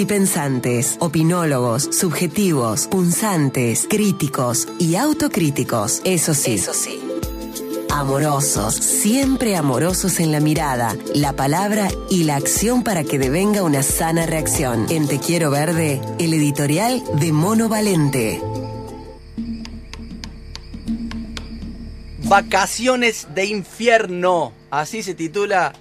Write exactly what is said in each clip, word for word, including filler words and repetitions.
Y pensantes, opinólogos, subjetivos, punzantes, críticos y autocríticos. Eso sí. Eso sí. Amorosos, siempre amorosos en la mirada, la palabra y la acción para que devenga una sana reacción. En Te Quiero Verde, el editorial de Mono Valente. Vacaciones de infierno. Así se titula,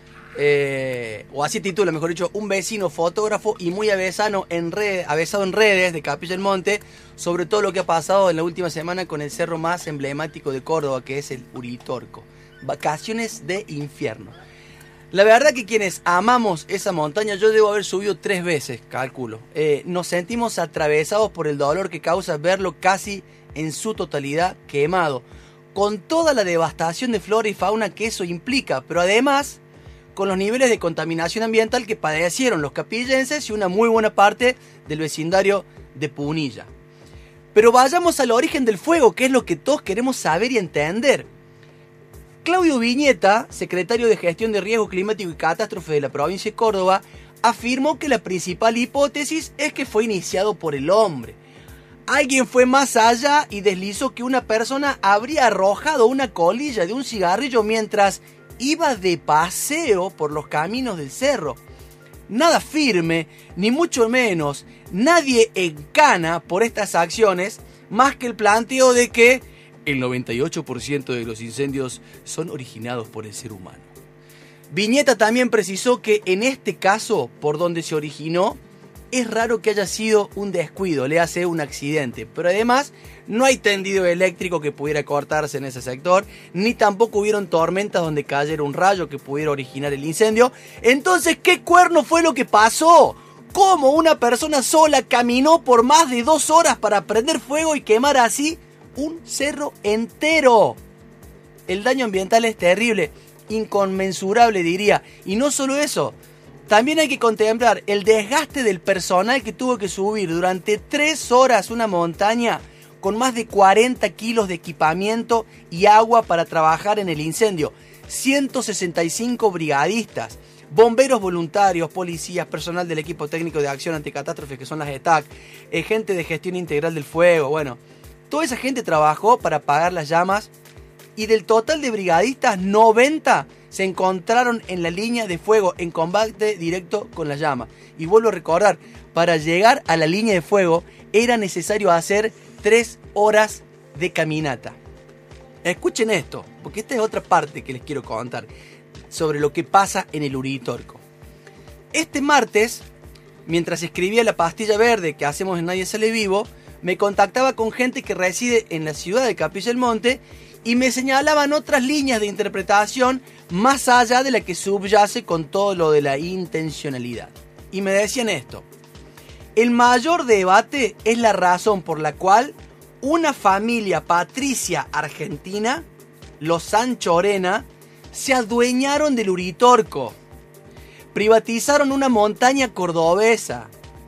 eh, o así titula, mejor dicho, un vecino fotógrafo y muy avesano en red, avesado en redes de Capilla del Monte sobre todo lo que ha pasado en la última semana con el cerro más emblemático de Córdoba, que es el Uritorco. Vacaciones de infierno. La verdad que quienes amamos esa montaña, yo debo haber subido tres veces, calculo. Eh, nos sentimos atravesados por el dolor que causa verlo casi en su totalidad quemado, con toda la devastación de flora y fauna que eso implica, pero además con los niveles de contaminación ambiental que padecieron los capillenses y una muy buena parte del vecindario de Punilla. Pero vayamos al origen del fuego, que es lo que todos queremos saber y entender. Claudio Viñeta, secretario de Gestión de Riesgo Climático y Catástrofe de la provincia de Córdoba, afirmó que la principal hipótesis es que fue iniciado por el hombre. Alguien fue más allá y deslizó que una persona habría arrojado una colilla de un cigarrillo mientras iba de paseo por los caminos del cerro. Nada firme, ni mucho menos, nadie encana por estas acciones, más que el planteo de que el noventa y ocho por ciento de los incendios son originados por el ser humano. Viñeta también precisó que en este caso, por donde se originó, es raro que haya sido un descuido, le hace un accidente, pero además no hay tendido eléctrico que pudiera cortarse en ese sector, ni tampoco hubieron tormentas donde cayera un rayo que pudiera originar el incendio. Entonces, ¿qué cuerno fue lo que pasó? ¿Cómo una persona sola caminó por más de dos horas para prender fuego y quemar así un cerro entero? El daño ambiental es terrible, inconmensurable diría, y no solo eso. También hay que contemplar el desgaste del personal que tuvo que subir durante tres horas una montaña con más de cuarenta kilos de equipamiento y agua para trabajar en el incendio. ciento sesenta y cinco brigadistas, bomberos voluntarios, policías, personal del equipo técnico de acción anticatástrofes que son las E T A C, eh, gente de gestión integral del fuego. Bueno, toda esa gente trabajó para apagar las llamas y del total de brigadistas, noventa se encontraron en la línea de fuego en combate directo con la llama. Y vuelvo a recordar, para llegar a la línea de fuego era necesario hacer tres horas de caminata. Escuchen esto, porque esta es otra parte que les quiero contar sobre lo que pasa en el Uritorco. Este martes, mientras escribía la pastilla verde que hacemos en Nadie Sale Vivo, me contactaba con gente que reside en la ciudad de Capilla del Monte y me señalaban otras líneas de interpretación más allá de la que subyace con todo lo de la intencionalidad. Y me decían esto: el mayor debate es la razón por la cual una familia patricia argentina, los Sanchorena, se adueñaron del Uritorco. Privatizaron una montaña cordobesa.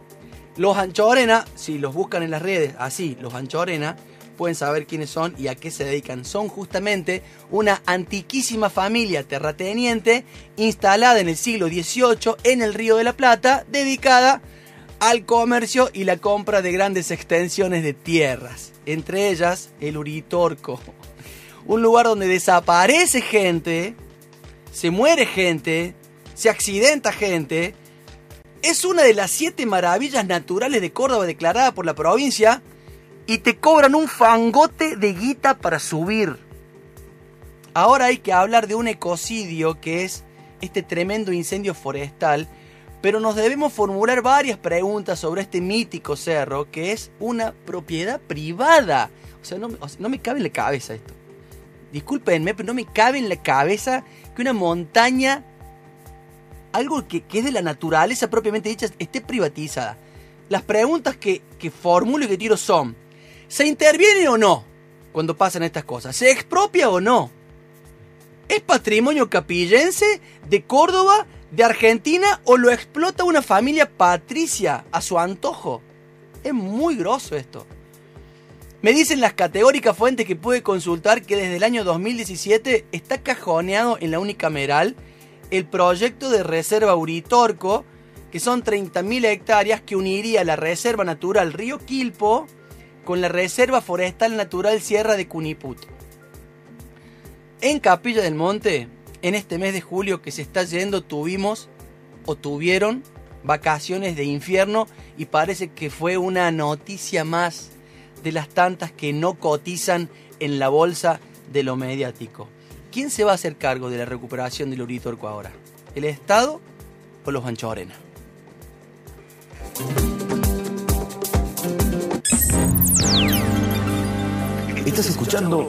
Los Anchorena, si los buscan en las redes, así, los Anchorena, pueden saber quiénes son y a qué se dedican. Son justamente una antiquísima familia terrateniente instalada en el siglo dieciocho en el Río de la Plata, dedicada al comercio y la compra de grandes extensiones de tierras, entre ellas el Uritorco. Un lugar donde desaparece gente, se muere gente, se accidenta gente. Es una de las siete maravillas naturales de Córdoba declarada por la provincia y te cobran un fangote de guita para subir. Ahora hay que hablar de un ecocidio que es este tremendo incendio forestal, pero nos debemos formular varias preguntas sobre este mítico cerro que es una propiedad privada. O sea, no, o sea, no me cabe en la cabeza esto. Discúlpenme, pero no me cabe en la cabeza que una montaña, algo que, que es de la naturaleza propiamente dicha, esté privatizada. Las preguntas que, que formulo y que tiro son: ¿se interviene o no cuando pasan estas cosas? ¿Se expropia o no? ¿Es patrimonio capillense, de Córdoba, de Argentina, o lo explota una familia patricia a su antojo? Es muy grosso esto. Me dicen las categóricas fuentes que pude consultar que desde el año dos mil diecisiete está cajoneado en la unicameral el proyecto de reserva Uritorco, que son treinta mil hectáreas que uniría la Reserva Natural Río Quilpo con la Reserva Forestal Natural Sierra de Cuniput. En Capilla del Monte, en este mes de julio que se está yendo, tuvimos o tuvieron vacaciones de infierno y parece que fue una noticia más de las tantas que no cotizan en la bolsa de lo mediático. ¿Quién se va a hacer cargo de la recuperación del Uritorco ahora? ¿El Estado o los Anchorena? Estás escuchando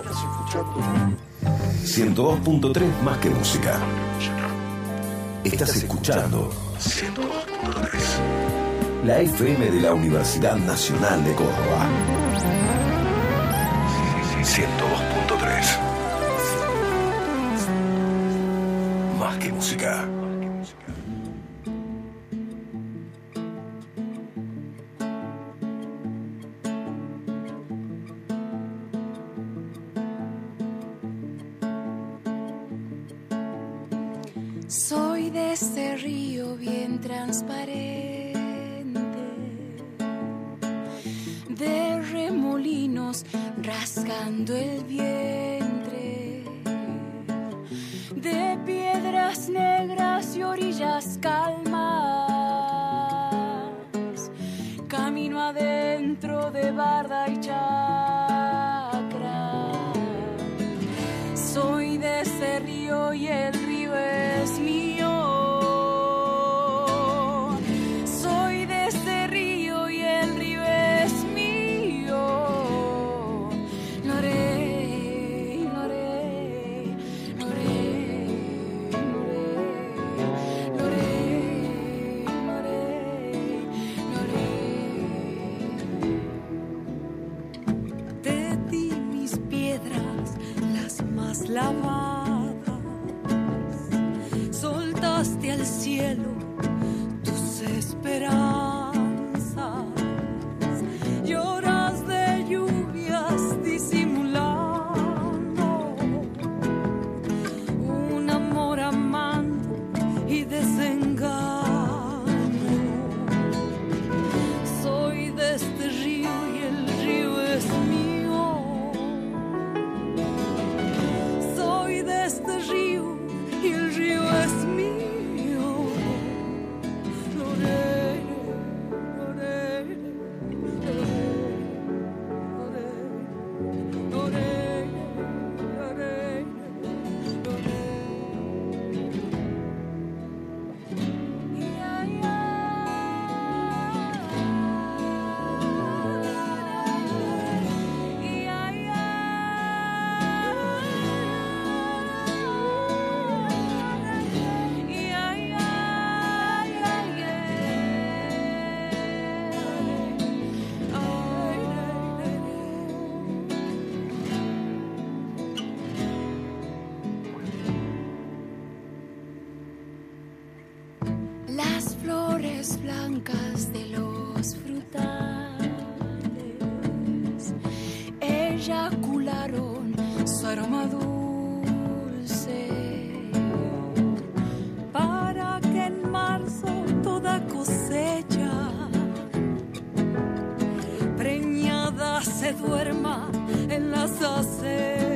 ciento dos punto tres Más que Música. Estás escuchando ciento dos punto tres, la F M de la Universidad Nacional de Córdoba. ciento dos punto tres. Más que música. Soy de este río bien transparente, de remolinos rasgando el vientre, de piedras negras y orillas calmas, camino adentro de barda y chacra. Soy de ese río y el río es mío. Soy de este río y el río es mío. Loré, loré, loré, loré, loré, loré, loré. Te di mis piedras, las más lavadas. Soltaste al cielo tus esperanzas, lloras de lluvias disimulando un amor amando y desengaño. Soy de este río y el río es mío. Soy de este río y el río es mío. Loré, loré, loré, loré, loré, loré. Ya, ya. Ya, ya. Las flores blancas de los frutales eyacularon su aroma dulce para que en marzo toda cosecha preñada se duerma en las aceras.